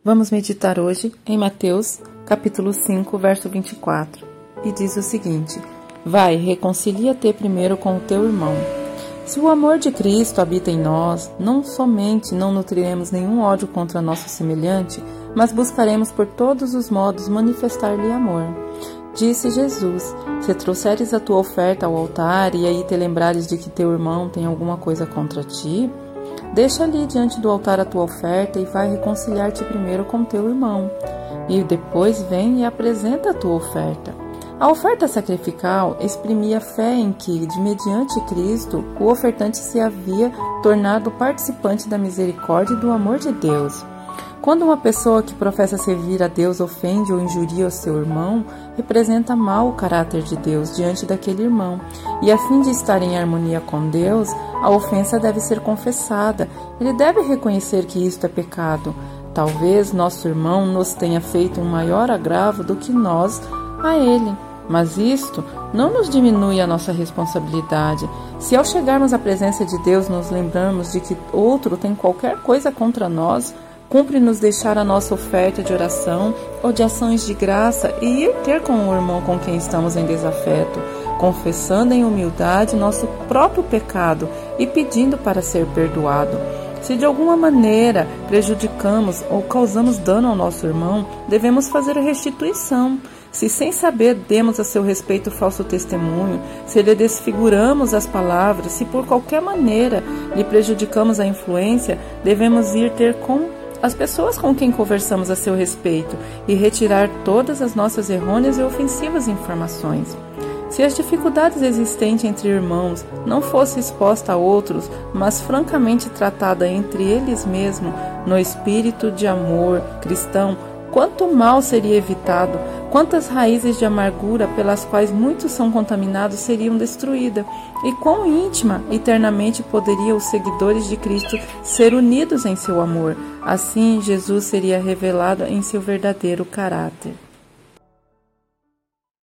Vamos meditar hoje em Mateus, capítulo 5, verso 24. E diz o seguinte: Vai, reconcilia-te primeiro com o teu irmão. Se o amor de Cristo habita em nós, não somente não nutriremos nenhum ódio contra nosso semelhante, mas buscaremos por todos os modos manifestar-lhe amor. Disse Jesus: Se trouxeres a tua oferta ao altar e aí te lembrares de que teu irmão tem alguma coisa contra ti, deixa ali diante do altar a tua oferta e vai reconciliar-te primeiro com teu irmão. E depois vem e apresenta a tua oferta. A oferta sacrificial exprimia a fé em que, de mediante Cristo, o ofertante se havia tornado participante da misericórdia e do amor de Deus. Quando uma pessoa que professa servir a Deus ofende ou injuria o seu irmão, representa mal o caráter de Deus diante daquele irmão. E a fim de estar em harmonia com Deus, a ofensa deve ser confessada. Ele deve reconhecer que isto é pecado. Talvez nosso irmão nos tenha feito um maior agravo do que nós a ele. Mas isto não nos diminui a nossa responsabilidade. Se ao chegarmos à presença de Deus nos lembrarmos de que outro tem qualquer coisa contra nós, cumpre-nos deixar a nossa oferta de oração ou de ações de graça e ir ter com o irmão com quem estamos em desafeto, confessando em humildade nosso próprio pecado e pedindo para ser perdoado. Se de alguma maneira prejudicamos ou causamos dano ao nosso irmão, devemos fazer a restituição. Se sem saber demos a seu respeito falso testemunho, se lhe desfiguramos as palavras, se por qualquer maneira lhe prejudicamos a influência, devemos ir ter com as pessoas com quem conversamos a seu respeito e retirar todas as nossas errôneas e ofensivas informações. Se as dificuldades existentes entre irmãos não fosse exposta a outros, mas francamente tratada entre eles mesmos, no espírito de amor cristão, quanto mal seria evitado, quantas raízes de amargura pelas quais muitos são contaminados seriam destruídas, e quão íntima eternamente poderiam os seguidores de Cristo ser unidos em seu amor. Assim, Jesus seria revelado em seu verdadeiro caráter.